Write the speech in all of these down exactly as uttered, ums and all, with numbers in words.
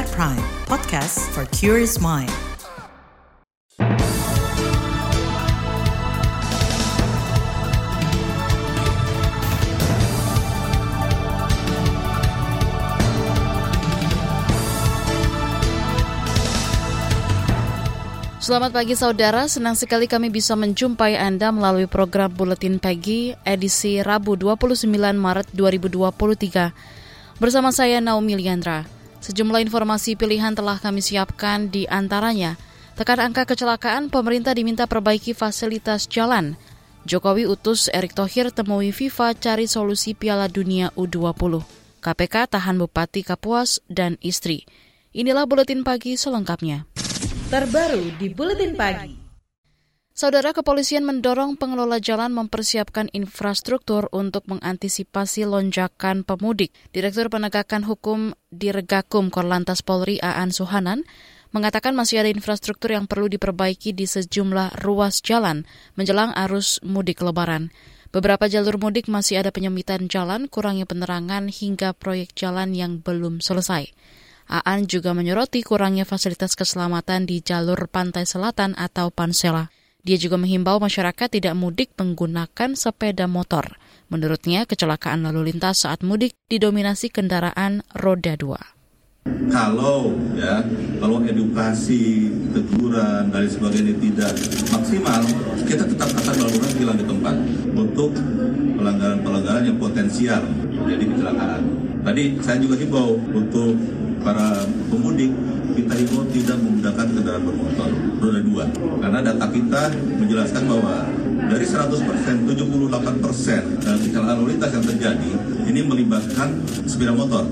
At Prime, podcast for curious mind. Selamat pagi saudara, senang sekali kami bisa menjumpai Anda melalui program Buletin Pagi edisi Rabu dua puluh sembilan Maret dua ribu dua puluh tiga. Bersama saya Naomi Liandra. Sejumlah informasi pilihan telah kami siapkan, di antaranya tekan angka kecelakaan, pemerintah diminta perbaiki fasilitas jalan. Jokowi utus Erick Thohir temui FIFA cari solusi Piala Dunia U dua puluh. K P K tahan Bupati Kapuas dan istri. Inilah Buletin Pagi selengkapnya. Terbaru di Buletin Pagi. Saudara, kepolisian mendorong pengelola jalan mempersiapkan infrastruktur untuk mengantisipasi lonjakan pemudik. Direktur Penegakan Hukum Diregakum Korlantas Polri Aan Suhanan mengatakan masih ada infrastruktur yang perlu diperbaiki di sejumlah ruas jalan menjelang arus mudik Lebaran. Beberapa jalur mudik masih ada penyempitan jalan, kurangnya penerangan hingga proyek jalan yang belum selesai. Aan juga menyoroti kurangnya fasilitas keselamatan di jalur pantai selatan atau Pansela. Dia juga menghimbau masyarakat tidak mudik menggunakan sepeda motor. Menurutnya, kecelakaan lalu lintas saat mudik didominasi kendaraan roda dua. Kalau ya, kalau edukasi, teguran, dan sebagainya tidak maksimal, kita tetap akan melakukan hilang di tempat untuk pelanggaran-pelanggaran yang potensial menjadi kecelakaan. Tadi saya juga himbau untuk para pemudik, kita himbau tidak menggunakan kendaraan bermotor roda dua. Karena data kita menjelaskan bahwa dari seratus persen, tujuh puluh delapan persen kecelakaan lalu lintas yang terjadi ini melibatkan sepeda motor.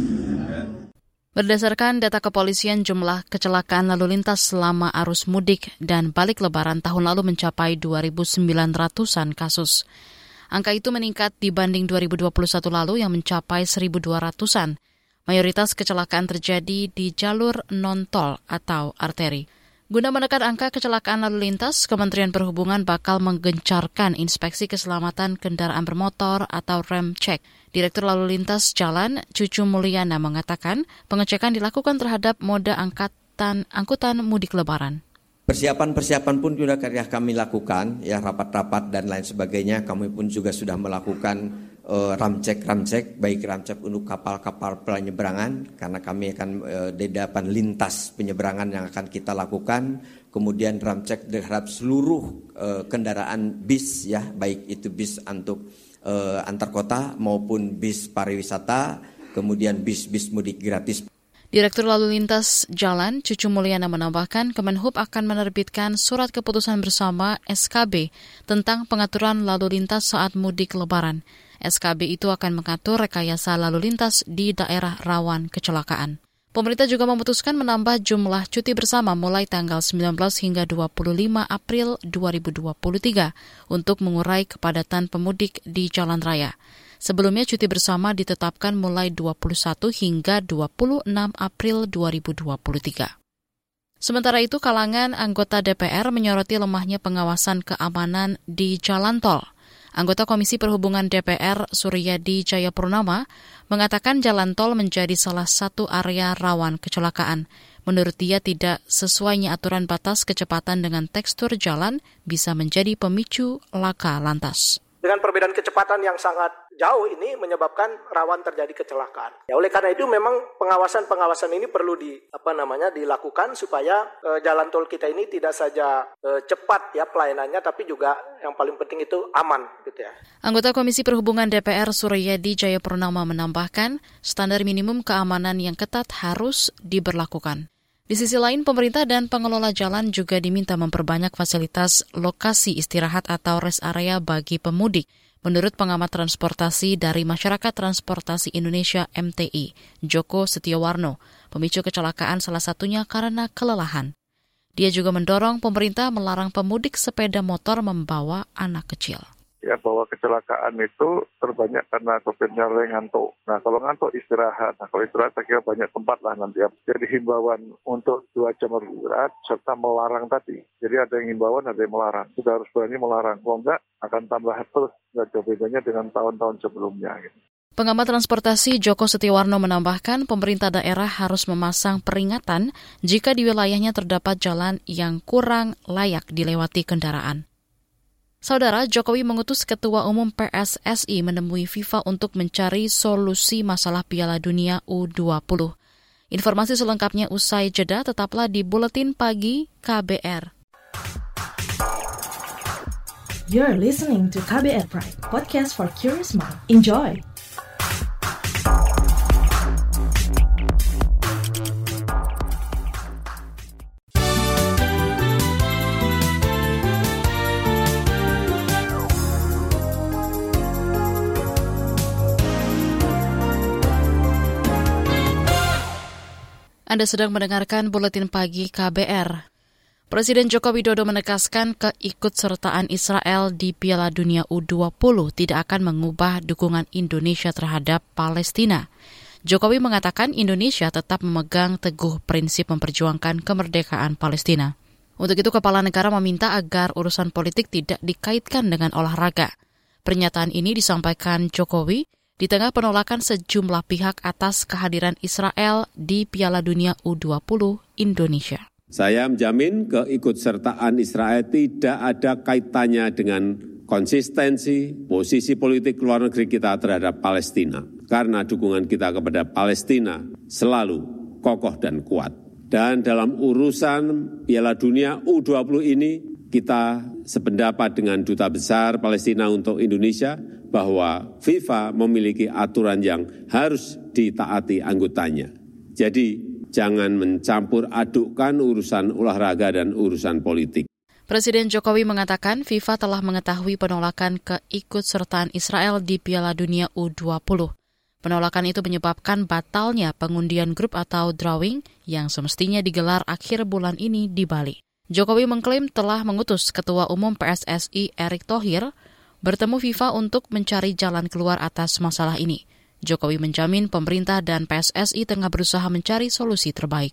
Berdasarkan data kepolisian, jumlah kecelakaan lalu lintas selama arus mudik dan balik Lebaran tahun lalu mencapai dua ribu sembilan ratusan kasus. Angka itu meningkat dibanding dua ribu dua puluh satu lalu yang mencapai seribu dua ratusan. Mayoritas kecelakaan terjadi di jalur non-tol atau arteri. Guna menekan angka kecelakaan lalu lintas, Kementerian Perhubungan bakal menggencarkan inspeksi keselamatan kendaraan bermotor atau rem cek. Direktur Lalu Lintas Jalan, Cucu Mulyana, mengatakan pengecekan dilakukan terhadap moda angkatan, angkutan mudik Lebaran. Persiapan-persiapan pun sudah kami lakukan, ya rapat-rapat dan lain sebagainya. Kami pun juga sudah melakukan uh, ramcek-ramcek, baik ramcek untuk kapal-kapal penyeberangan, karena kami akan uh, di depan lintas penyeberangan yang akan kita lakukan. Kemudian ramcek terhadap seluruh uh, kendaraan bis, ya baik itu bis untuk uh, antar kota maupun bis pariwisata, kemudian bis-bis mudik gratis. Direktur Lalu Lintas Jalan, Cucu Mulyana, menambahkan Kemenhub akan menerbitkan surat keputusan bersama S K B tentang pengaturan lalu lintas saat mudik Lebaran. S K B itu akan mengatur rekayasa lalu lintas di daerah rawan kecelakaan. Pemerintah juga memutuskan menambah jumlah cuti bersama mulai tanggal sembilan belas hingga dua puluh lima April dua ribu dua puluh tiga untuk mengurai kepadatan pemudik di jalan raya. Sebelumnya cuti bersama ditetapkan mulai dua puluh satu hingga dua puluh enam April dua ribu dua puluh tiga. Sementara itu, kalangan anggota D P R menyoroti lemahnya pengawasan keamanan di jalan tol. Anggota Komisi Perhubungan D P R Suryadi Jayapurnama mengatakan jalan tol menjadi salah satu area rawan kecelakaan. Menurut dia, tidak sesuainya aturan batas kecepatan dengan tekstur jalan bisa menjadi pemicu laka lantas. Dengan perbedaan kecepatan yang sangat jauh ini menyebabkan rawan terjadi kecelakaan. Ya, oleh karena itu memang pengawasan-pengawasan ini perlu di apa namanya dilakukan supaya e, jalan tol kita ini tidak saja e, cepat ya pelayanannya, tapi juga yang paling penting itu aman gitu ya. Anggota Komisi Perhubungan D P R Suryadi Jayapurnama menambahkan standar minimum keamanan yang ketat harus diberlakukan. Di sisi lain, pemerintah dan pengelola jalan juga diminta memperbanyak fasilitas lokasi istirahat atau rest area bagi pemudik. Menurut pengamat transportasi dari Masyarakat Transportasi Indonesia M T I, Joko Setiowarno, pemicu kecelakaan salah satunya karena kelelahan. Dia juga mendorong pemerintah melarang pemudik sepeda motor membawa anak kecil. Ya, bahwa kecelakaan itu terbanyak karena sopirnya mulai ngantuk. Nah, kalau ngantuk istirahat. Nah, kalau istirahat saya kira banyak tempat lah nanti. Jadi himbauan untuk dua jam beristirahat serta melarang tadi. Jadi ada yang himbauan, ada yang melarang. Kita harus berani melarang. Kalau enggak, akan tambah terus. Nggak jauh bedanya dengan tahun-tahun sebelumnya. Gitu. Pengamat transportasi Joko Setiawarno menambahkan pemerintah daerah harus memasang peringatan jika di wilayahnya terdapat jalan yang kurang layak dilewati kendaraan. Saudara, Jokowi mengutus Ketua Umum P S S I menemui FIFA untuk mencari solusi masalah Piala Dunia U dua puluh. Informasi selengkapnya usai jeda, tetaplah di Buletin Pagi K B R. You're listening to K B R Pride, podcast for curious mind. Enjoy! Anda sedang mendengarkan Buletin Pagi K B R. Presiden Joko Widodo menegaskan keikutsertaan Israel di Piala Dunia U dua puluh tidak akan mengubah dukungan Indonesia terhadap Palestina. Jokowi mengatakan Indonesia tetap memegang teguh prinsip memperjuangkan kemerdekaan Palestina. Untuk itu, Kepala Negara meminta agar urusan politik tidak dikaitkan dengan olahraga. Pernyataan ini disampaikan Jokowi di tengah penolakan sejumlah pihak atas kehadiran Israel di Piala Dunia U dua puluh Indonesia. Saya menjamin keikutsertaan Israel tidak ada kaitannya dengan konsistensi posisi politik luar negeri kita terhadap Palestina. Karena dukungan kita kepada Palestina selalu kokoh dan kuat. Dan dalam urusan Piala Dunia U dua puluh ini, kita sependapat dengan Duta Besar Palestina untuk Indonesia bahwa FIFA memiliki aturan yang harus ditaati anggotanya. Jadi, jangan mencampur adukkan urusan olahraga dan urusan politik. Presiden Jokowi mengatakan FIFA telah mengetahui penolakan keikutsertaan Israel di Piala Dunia U dua puluh. Penolakan itu menyebabkan batalnya pengundian grup atau drawing yang semestinya digelar akhir bulan ini di Bali. Jokowi mengklaim telah mengutus Ketua Umum P S S I Erick Thohir bertemu FIFA untuk mencari jalan keluar atas masalah ini. Jokowi menjamin pemerintah dan P S S I tengah berusaha mencari solusi terbaik.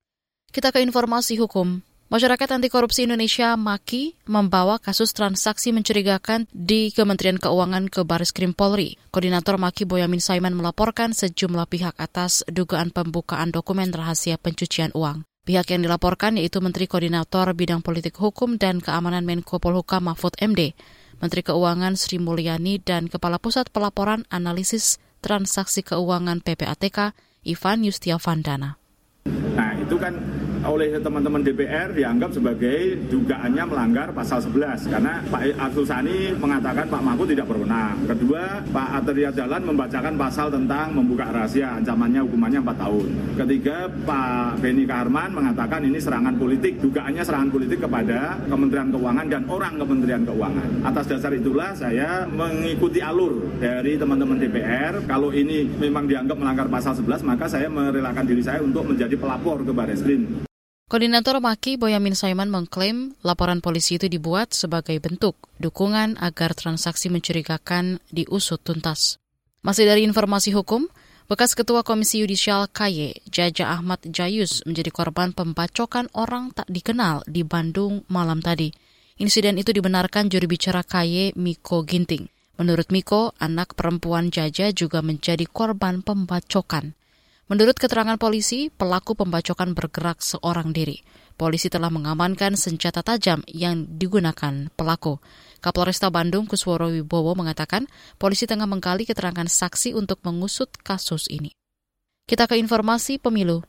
Kita ke informasi hukum. Masyarakat Anti Korupsi Indonesia Maki membawa kasus transaksi mencurigakan di Kementerian Keuangan ke Bareskrim Polri. Koordinator Maki Boyamin Saiman melaporkan sejumlah pihak atas dugaan pembukaan dokumen rahasia pencucian uang. Pihak yang dilaporkan yaitu Menteri Koordinator Bidang Politik Hukum dan Keamanan Menko Polhukam Mahfud M D, Menteri Keuangan Sri Mulyani, dan Kepala Pusat Pelaporan Analisis Transaksi Keuangan P P A T K Ivan Yustiavandana. Nah, itu kan oleh teman-teman D P R dianggap sebagai dugaannya melanggar pasal sebelas karena Pak Arsul Sani mengatakan Pak Mahfud tidak berwenang. Kedua, Pak Atria Dahlan membacakan pasal tentang membuka rahasia, ancamannya hukumannya empat tahun. Ketiga, Pak Beni Kaharman mengatakan ini serangan politik, dugaannya serangan politik kepada Kementerian Keuangan dan orang Kementerian Keuangan. Atas dasar itulah saya mengikuti alur dari teman-teman D P R. Kalau ini memang dianggap melanggar pasal sebelas, maka saya merelakan diri saya untuk menjadi pelapor ke Bareskrim. Koordinator Maki Boyamin Saiman mengklaim laporan polisi itu dibuat sebagai bentuk dukungan agar transaksi mencurigakan diusut tuntas. Masih dari informasi hukum, bekas Ketua Komisi Yudisial K Y, Jaja Ahmad Jayus, menjadi korban pembacokan orang tak dikenal di Bandung malam tadi. Insiden itu dibenarkan juru bicara K Y, Miko Ginting. Menurut Miko, anak perempuan Jaja juga menjadi korban pembacokan. Menurut keterangan polisi, pelaku pembacokan bergerak seorang diri. Polisi telah mengamankan senjata tajam yang digunakan pelaku. Kapolresta Bandung Kusworo Wibowo mengatakan polisi tengah menggali keterangan saksi untuk mengusut kasus ini. Kita ke informasi pemilu.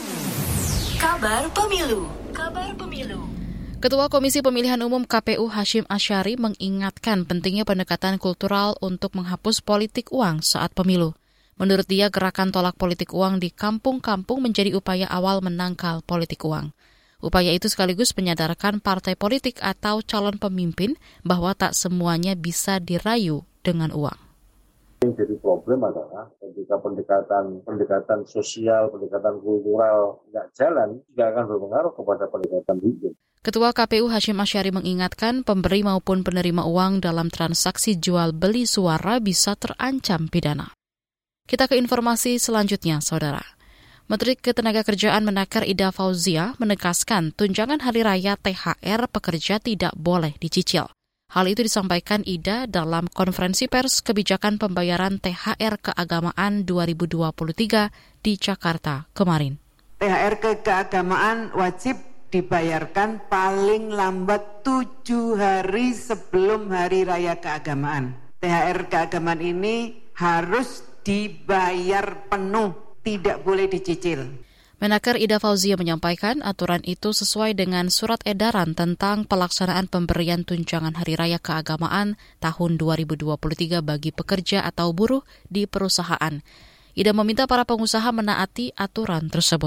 Kabar Pemilu. Kabar Pemilu. Ketua Komisi Pemilihan Umum K P U Hashim Asyari mengingatkan pentingnya pendekatan kultural untuk menghapus politik uang saat pemilu. Menurut dia, gerakan tolak politik uang di kampung-kampung menjadi upaya awal menangkal politik uang. Upaya itu sekaligus menyadarkan partai politik atau calon pemimpin bahwa tak semuanya bisa dirayu dengan uang. Yang jadi problem adalah ketika pendekatan pendekatan sosial, pendekatan kultural nggak jalan, tidak akan berpengaruh kepada pendekatan hukum. Ketua K P U Hashim Asyari mengingatkan pemberi maupun penerima uang dalam transaksi jual beli suara bisa terancam pidana. Kita ke informasi selanjutnya, Saudara. Menteri Ketenagakerjaan Menaker Ida Fauzia menegaskan tunjangan hari raya T H R pekerja tidak boleh dicicil. Hal itu disampaikan Ida dalam konferensi pers kebijakan pembayaran T H R keagamaan dua ribu dua puluh tiga di Jakarta kemarin. T H R keagamaan wajib dibayarkan paling lambat tujuh hari sebelum Hari Raya Keagamaan. T H R keagamaan ini harus dibayar penuh, tidak boleh dicicil. Menaker Ida Fauzia menyampaikan aturan itu sesuai dengan surat edaran tentang pelaksanaan pemberian tunjangan Hari Raya Keagamaan tahun dua ribu dua puluh tiga bagi pekerja atau buruh di perusahaan. Ida meminta para pengusaha menaati aturan tersebut.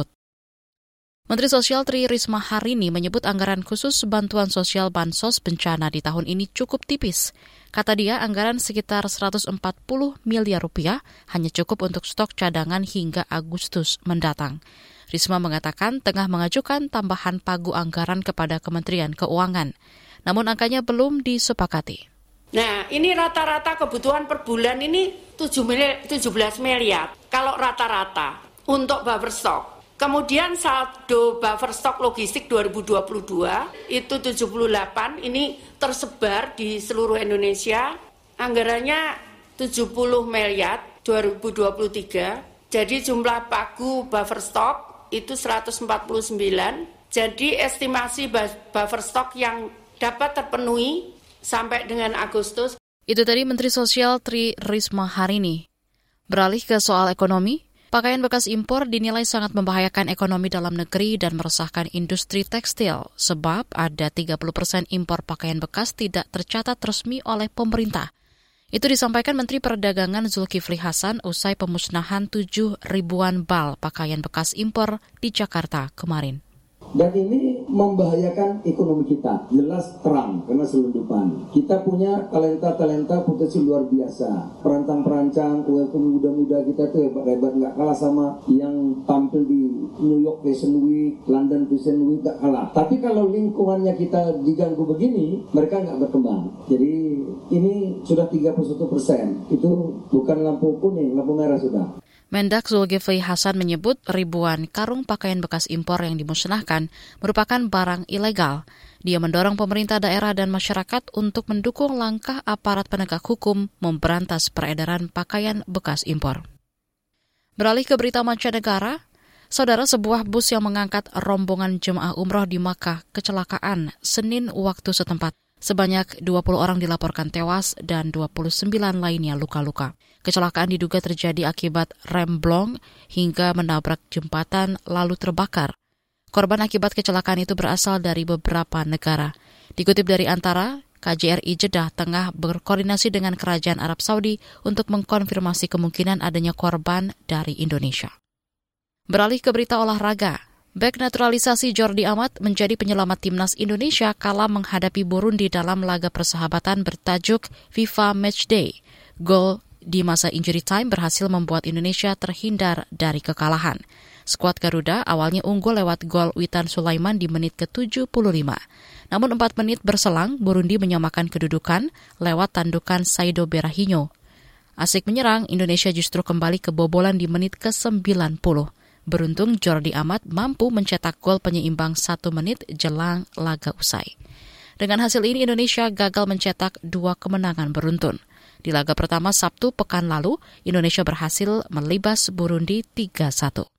Menteri Sosial Tri Risma Harini menyebut anggaran khusus bantuan sosial Bansos bencana di tahun ini cukup tipis. Kata dia, anggaran sekitar seratus empat puluh miliar rupiah hanya cukup untuk stok cadangan hingga Agustus mendatang. Risma mengatakan tengah mengajukan tambahan pagu anggaran kepada Kementerian Keuangan. Namun angkanya belum disepakati. Nah, ini rata-rata kebutuhan per bulan ini tujuh belas miliar. Kalau rata-rata untuk buffer stock. Kemudian saldo buffer stock logistik dua ribu dua puluh dua itu tujuh puluh delapan, ini tersebar di seluruh Indonesia. Anggarannya tujuh puluh miliar dua ribu dua puluh tiga. Jadi jumlah pagu buffer stock itu seratus empat puluh sembilan. Jadi estimasi buffer stock yang dapat terpenuhi sampai dengan Agustus. Itu tadi Menteri Sosial Tri Risma Harini. Beralih ke soal ekonomi, pakaian bekas impor dinilai sangat membahayakan ekonomi dalam negeri dan meresahkan industri tekstil sebab ada tiga puluh persen impor pakaian bekas tidak tercatat resmi oleh pemerintah. Itu disampaikan Menteri Perdagangan Zulkifli Hasan usai pemusnahan tujuh ribuan bal pakaian bekas impor di Jakarta kemarin. Dan ini membahayakan ekonomi kita, jelas terang karena selundupan. Kita punya talenta-talenta potensi luar biasa. Perancang-perancang, U M K M muda-muda kita tuh hebat-hebat, nggak kalah sama yang tampil di New York Fashion Week, London Fashion Week, nggak kalah. Tapi kalau lingkungannya kita diganggu begini, mereka nggak berkembang. Jadi ini sudah tiga puluh satu persen, itu bukan lampu kuning, lampu merah sudah. Mendak Zulkifli Hasan menyebut ribuan karung pakaian bekas impor yang dimusnahkan merupakan barang ilegal. Dia mendorong pemerintah daerah dan masyarakat untuk mendukung langkah aparat penegak hukum memberantas peredaran pakaian bekas impor. Beralih ke berita mancanegara, saudara, sebuah bus yang mengangkat rombongan jemaah umroh di Makkah kecelakaan Senin waktu setempat. Sebanyak dua puluh orang dilaporkan tewas dan dua puluh sembilan lainnya luka-luka. Kecelakaan diduga terjadi akibat rem blong hingga menabrak jembatan lalu terbakar. Korban akibat kecelakaan itu berasal dari beberapa negara. Dikutip dari Antara, K J R I Jeddah tengah berkoordinasi dengan Kerajaan Arab Saudi untuk mengkonfirmasi kemungkinan adanya korban dari Indonesia. Beralih ke berita olahraga. Bek naturalisasi Jordi Amat menjadi penyelamat timnas Indonesia kala menghadapi Burundi dalam laga persahabatan bertajuk FIFA Matchday. Gol di masa injury time berhasil membuat Indonesia terhindar dari kekalahan. Skuad Garuda awalnya unggul lewat gol Witan Sulaiman di menit ke tujuh puluh lima. Namun empat menit berselang, Burundi menyamakan kedudukan lewat tandukan Saido Berahino. Asik menyerang, Indonesia justru kembali kebobolan di menit ke sembilan puluh. Beruntung Jordi Amat mampu mencetak gol penyeimbang satu menit jelang laga usai. Dengan hasil ini Indonesia gagal mencetak dua kemenangan beruntun. Di laga pertama Sabtu pekan lalu, Indonesia berhasil melibas Burundi tiga satu.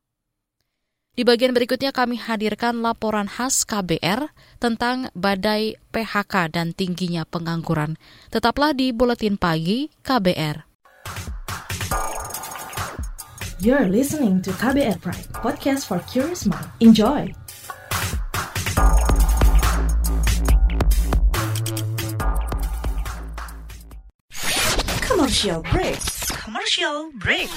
Di bagian berikutnya kami hadirkan laporan khas K B R tentang badai P H K dan tingginya pengangguran. Tetaplah di Buletin Pagi K B R. You're listening to K B R Pride, podcast for curious mind. Enjoy! Commercial break. Commercial break.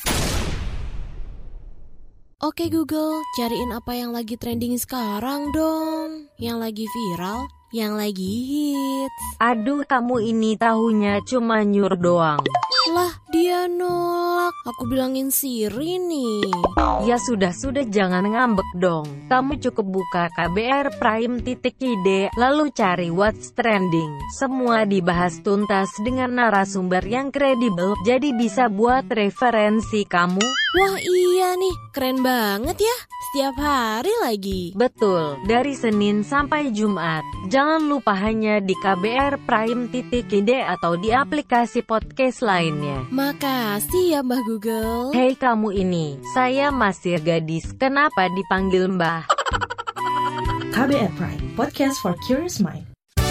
Oke Google, cariin apa yang lagi trending sekarang dong. Yang lagi viral, yang lagi hits. Aduh, kamu ini tahunya cuma nyur doang. Lah, dia nolak. Aku bilangin Siri nih. Ya sudah-sudah, jangan ngambek dong. Kamu cukup buka K B R Prime titik I D, lalu cari What's Trending. Semua dibahas tuntas dengan narasumber yang kredibel, jadi bisa buat referensi kamu. Wah iya nih, keren banget ya. Setiap hari lagi. Betul, dari Senin sampai Jumat. Jangan lupa hanya di k b r prime titik i d atau di aplikasi podcast lainnya. Makasih ya Mbah Google. Hei kamu ini, saya masih gadis, kenapa dipanggil Mbah? K B R Prime, podcast for curious mind.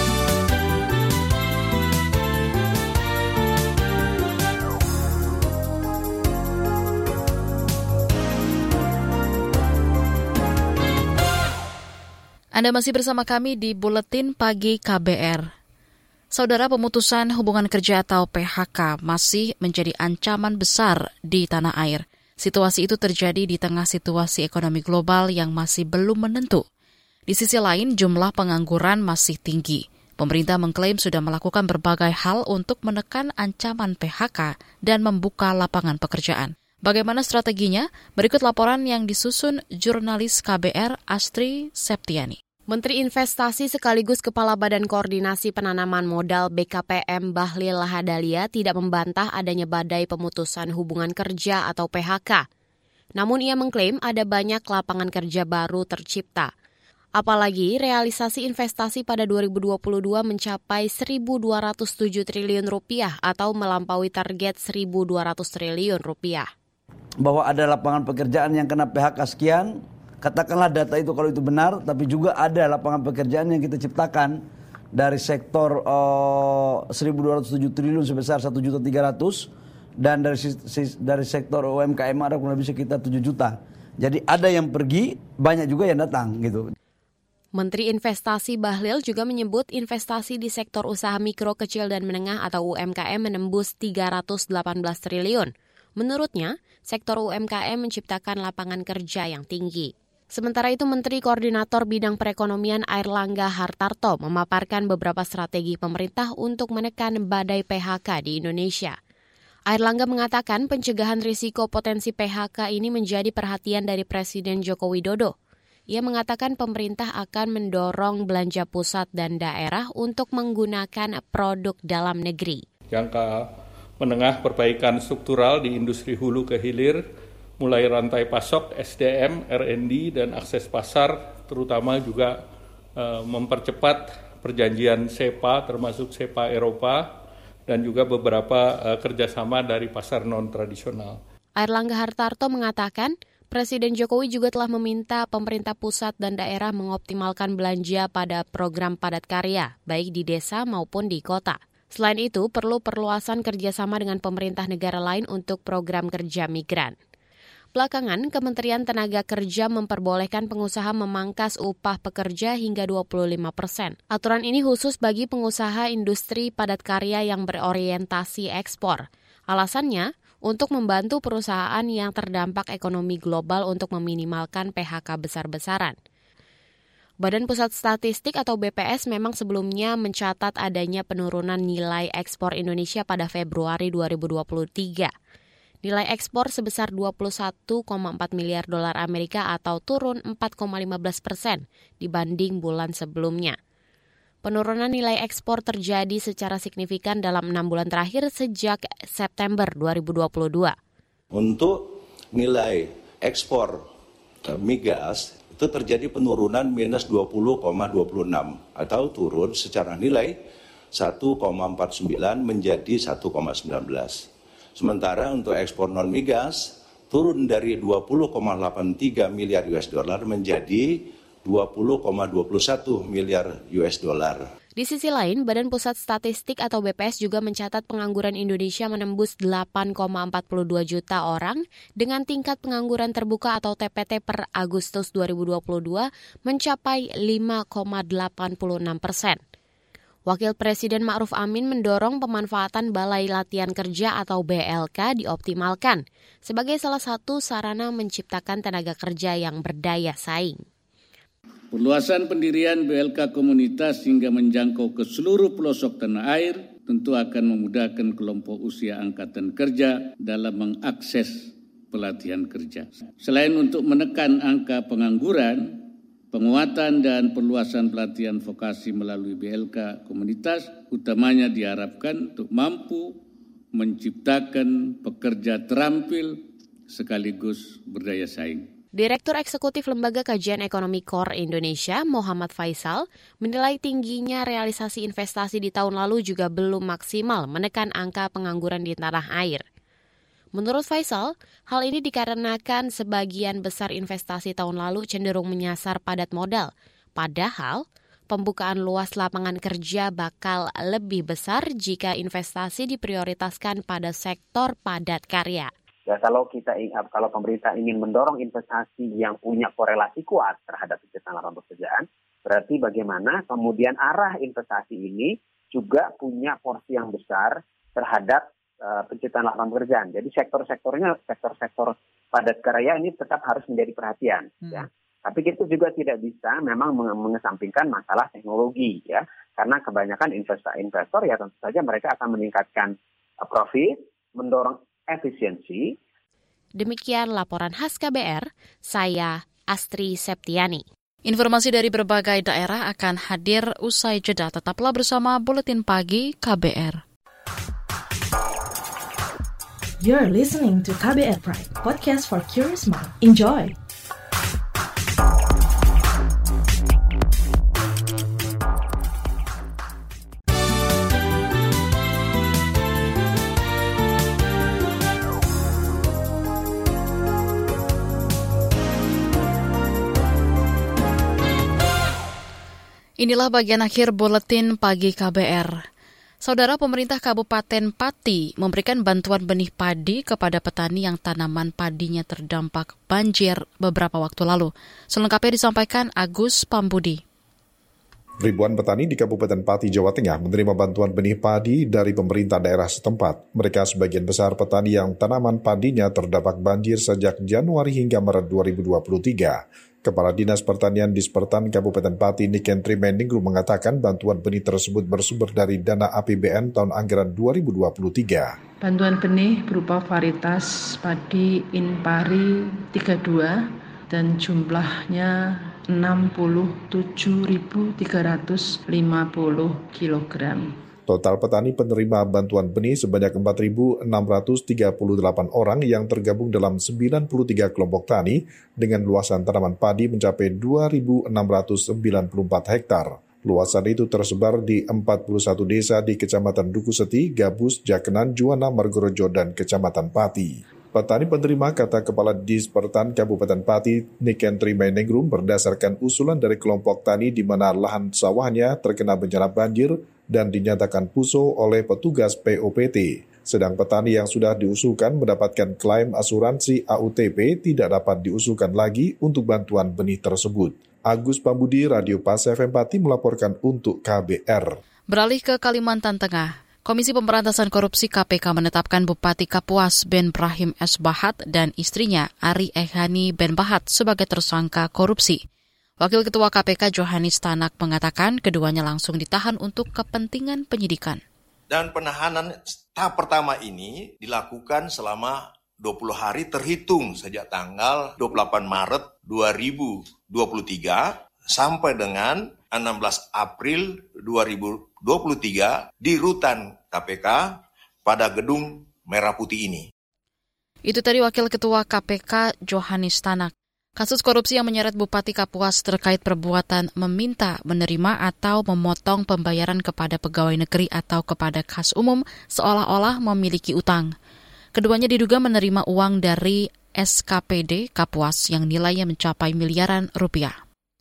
Anda masih bersama kami di Buletin Pagi K B R. Saudara, pemutusan hubungan kerja atau P H K masih menjadi ancaman besar di tanah air. Situasi itu terjadi di tengah situasi ekonomi global yang masih belum menentu. Di sisi lain, jumlah pengangguran masih tinggi. Pemerintah mengklaim sudah melakukan berbagai hal untuk menekan ancaman P H K dan membuka lapangan pekerjaan. Bagaimana strateginya? Berikut laporan yang disusun jurnalis K B R Astri Septiani. Menteri Investasi sekaligus Kepala Badan Koordinasi Penanaman Modal B K P M Bahlil Lahadalia tidak membantah adanya badai pemutusan hubungan kerja atau P H K. Namun ia mengklaim ada banyak lapangan kerja baru tercipta. Apalagi realisasi investasi pada dua ribu dua puluh dua mencapai seribu dua ratus tujuh triliun rupiah atau melampaui target seribu dua ratus triliun rupiah. Bahwa ada lapangan pekerjaan yang kena P H K sekian, katakanlah data itu kalau itu benar, tapi juga ada lapangan pekerjaan yang kita ciptakan dari sektor uh, seribu dua ratus tujuh triliun sebesar satu juta tiga ratus dan dari dari sektor U M K M ada kurang lebih sekitar tujuh juta. Jadi ada yang pergi, banyak juga yang datang gitu. Menteri Investasi Bahlil juga menyebut investasi di sektor usaha mikro, kecil dan menengah atau U M K M menembus tiga ratus delapan belas triliun. Menurutnya, sektor U M K M menciptakan lapangan kerja yang tinggi. Sementara itu, Menteri Koordinator Bidang Perekonomian Airlangga Hartarto memaparkan beberapa strategi pemerintah untuk menekan badai P H K di Indonesia. Airlangga mengatakan pencegahan risiko potensi P H K ini menjadi perhatian dari Presiden Joko Widodo. Ia mengatakan pemerintah akan mendorong belanja pusat dan daerah untuk menggunakan produk dalam negeri. Jangka menengah perbaikan struktural di industri hulu ke hilir, mulai rantai pasok, S D M, R and D, dan akses pasar, terutama juga uh, mempercepat perjanjian SEPA, termasuk SEPA Eropa, dan juga beberapa uh, kerjasama dari pasar non-tradisional. Airlangga Hartarto mengatakan, Presiden Jokowi juga telah meminta pemerintah pusat dan daerah mengoptimalkan belanja pada program padat karya, baik di desa maupun di kota. Selain itu, perlu perluasan kerjasama dengan pemerintah negara lain untuk program kerja migran. Belakangan, Kementerian Tenaga Kerja memperbolehkan pengusaha memangkas upah pekerja hingga dua puluh lima persen. Aturan ini khusus bagi pengusaha industri padat karya yang berorientasi ekspor. Alasannya, untuk membantu perusahaan yang terdampak ekonomi global untuk meminimalkan P H K besar-besaran. Badan Pusat Statistik atau B P S memang sebelumnya mencatat adanya penurunan nilai ekspor Indonesia pada Februari dua ribu dua puluh tiga. Nilai ekspor sebesar dua puluh satu koma empat miliar dolar Amerika atau turun empat koma lima belas persen dibanding bulan sebelumnya. Penurunan nilai ekspor terjadi secara signifikan dalam enam bulan terakhir sejak September dua ribu dua puluh dua. Untuk nilai ekspor migas itu terjadi penurunan minus dua puluh koma dua puluh enam atau turun secara nilai satu koma empat sembilan menjadi satu koma sembilan belas. Sementara untuk ekspor non migas turun dari dua puluh koma delapan tiga miliar U S dollar menjadi dua puluh koma dua puluh satu miliar U S dollar. Di sisi lain, Badan Pusat Statistik atau B P S juga mencatat pengangguran Indonesia menembus delapan koma empat puluh dua juta orang dengan tingkat pengangguran terbuka atau T P T per Agustus dua ribu dua puluh dua mencapai lima koma delapan puluh enam persen. Wakil Presiden Ma'ruf Amin mendorong pemanfaatan Balai Latihan Kerja atau B L K dioptimalkan sebagai salah satu sarana menciptakan tenaga kerja yang berdaya saing. Perluasan pendirian B L K komunitas hingga menjangkau ke seluruh pelosok tanah air tentu akan memudahkan kelompok usia angkatan kerja dalam mengakses pelatihan kerja. Selain untuk menekan angka pengangguran, penguatan dan perluasan pelatihan vokasi melalui B L K komunitas utamanya diharapkan untuk mampu menciptakan pekerja terampil sekaligus berdaya saing. Direktur Eksekutif Lembaga Kajian Ekonomi Core Indonesia, Muhammad Faisal, menilai tingginya realisasi investasi di tahun lalu juga belum maksimal menekan angka pengangguran di tanah air. Menurut Faisal, hal ini dikarenakan sebagian besar investasi tahun lalu cenderung menyasar padat modal. Padahal, pembukaan luas lapangan kerja bakal lebih besar jika investasi diprioritaskan pada sektor padat karya. Ya, kalau kita ingat, kalau pemerintah ingin mendorong investasi yang punya korelasi kuat terhadap penciptaan lapangan pekerjaan, berarti bagaimana kemudian arah investasi ini juga punya porsi yang besar terhadap uh, penciptaan lapangan pekerjaan. Jadi sektor-sektornya, sektor-sektor padat karya ini tetap harus menjadi perhatian. Hmm. Ya. Tapi itu juga tidak bisa memang mengesampingkan masalah teknologi, ya, karena kebanyakan investor-investor ya tentu saja mereka akan meningkatkan uh, profit, mendorong efisiensi. Demikian laporan khas K B R, saya Astri Septiani. Informasi dari berbagai daerah akan hadir usai jeda. Tetaplah bersama Buletin Pagi K B R. You're listening to K B R Pride, podcast for curious mind. Enjoy! Inilah bagian akhir Buletin Pagi K B R. Saudara, pemerintah Kabupaten Pati memberikan bantuan benih padi kepada petani yang tanaman padinya terdampak banjir beberapa waktu lalu. Selengkapnya disampaikan Agus Pambudi. Ribuan petani di Kabupaten Pati, Jawa Tengah menerima bantuan benih padi dari pemerintah daerah setempat. Mereka sebagian besar petani yang tanaman padinya terdampak banjir sejak Januari hingga Maret dua ribu dua puluh tiga. Kepala Dinas Pertanian Dispertan Kabupaten Pati Niken Trimendingru mengatakan bantuan benih tersebut bersumber dari dana A P B N tahun anggaran dua ribu dua puluh tiga. Bantuan benih berupa varietas padi Inpari tiga puluh dua dan jumlahnya enam puluh tujuh ribu tiga ratus lima puluh kilogram. Total petani penerima bantuan benih sebanyak empat ribu enam ratus tiga puluh delapan orang yang tergabung dalam sembilan puluh tiga kelompok tani dengan luasan tanaman padi mencapai dua ribu enam ratus sembilan puluh empat hektar. Luasan itu tersebar di empat puluh satu desa di Kecamatan Dukuseti, Gabus, Jakenan, Juwana, Margorejo, dan Kecamatan Pati. Petani penerima, kata Kepala Dispertan Kabupaten Pati, Niken Trimendingru, berdasarkan usulan dari kelompok tani di mana lahan sawahnya terkena bencana banjir dan dinyatakan puso oleh petugas P O P T. Sedang petani yang sudah diusulkan mendapatkan klaim asuransi A U T P tidak dapat diusulkan lagi untuk bantuan benih tersebut. Agus Pambudi, Radio Pas F M Pati melaporkan untuk K B R. Beralih ke Kalimantan Tengah. Komisi Pemberantasan Korupsi K P K menetapkan Bupati Kapuas Ben Brahim S. Bahat dan istrinya Ari Ehani Ben Bahat sebagai tersangka korupsi. Wakil Ketua K P K Johanis Tanak mengatakan keduanya langsung ditahan untuk kepentingan penyidikan. Dan penahanan tahap pertama ini dilakukan selama dua puluh hari terhitung sejak tanggal dua puluh delapan Maret dua ribu dua puluh tiga sampai dengan enam belas April dua ribu dua puluh tiga di rutan K P K pada gedung Merah Putih ini. Itu tadi Wakil Ketua K P K Johanis Tanak. Kasus korupsi yang menyeret Bupati Kapuas terkait perbuatan meminta, menerima, atau memotong pembayaran kepada pegawai negeri atau kepada kas umum seolah-olah memiliki utang. Keduanya diduga menerima uang dari S K P D Kapuas yang nilainya mencapai miliaran rupiah.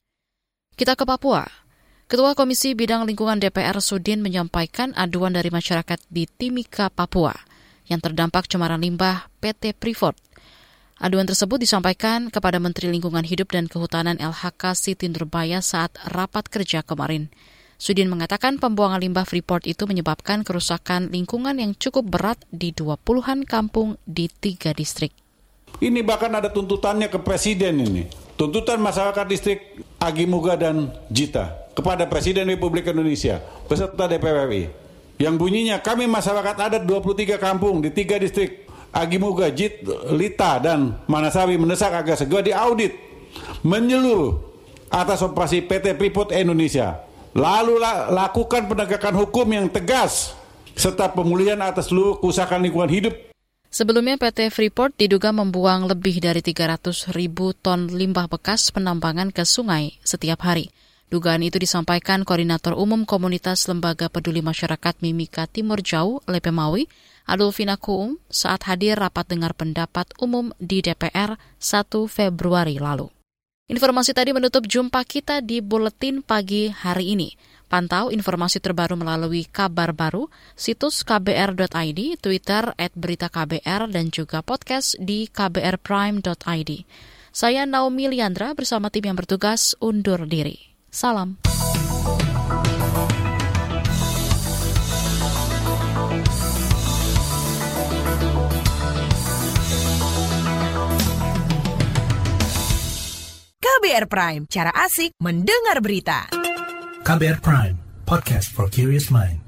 Kita ke Papua. Ketua Komisi Bidang Lingkungan D P R Sudin menyampaikan aduan dari masyarakat di Timika, Papua yang terdampak cemaran limbah P T Freeport. Aduan tersebut disampaikan kepada Menteri Lingkungan Hidup dan Kehutanan L H K Siti Nurbaya saat rapat kerja kemarin. Sudin mengatakan pembuangan limbah Freeport itu menyebabkan kerusakan lingkungan yang cukup berat di dua puluhan kampung di tiga distrik. Ini bahkan ada tuntutannya ke Presiden ini. Tuntutan masyarakat distrik Agimuga dan Jita kepada Presiden Republik Indonesia beserta D P R R I. Yang bunyinya kami masyarakat adat dua puluh tiga kampung di tiga distrik Agimuga, Jit, Lita, dan Manasawi mendesak agar segera diaudit menyeluruh atas operasi P T Freeport Indonesia. Lalu lakukan penegakan hukum yang tegas serta pemulihan atas seluruh kerusakan lingkungan hidup. Sebelumnya P T Freeport diduga membuang lebih dari tiga ratus ribu ton limbah bekas penambangan ke sungai setiap hari. Dugaan itu disampaikan Koordinator Umum Komunitas Lembaga Peduli Masyarakat Mimika Timur Jauh, Lepemawi, Adolfina Kuum, saat hadir rapat dengar pendapat umum di D P R satu Februari lalu. Informasi tadi menutup jumpa kita di Buletin Pagi hari ini. Pantau informasi terbaru melalui kabar baru, situs k b r dot i d, Twitter at berita K B R, dan juga podcast di k b r prime dot i d. Saya Naomi Liandra bersama tim yang bertugas undur diri. Salam. K B R Prime, cara asik mendengar berita. K B R Prime, podcast for curious mind.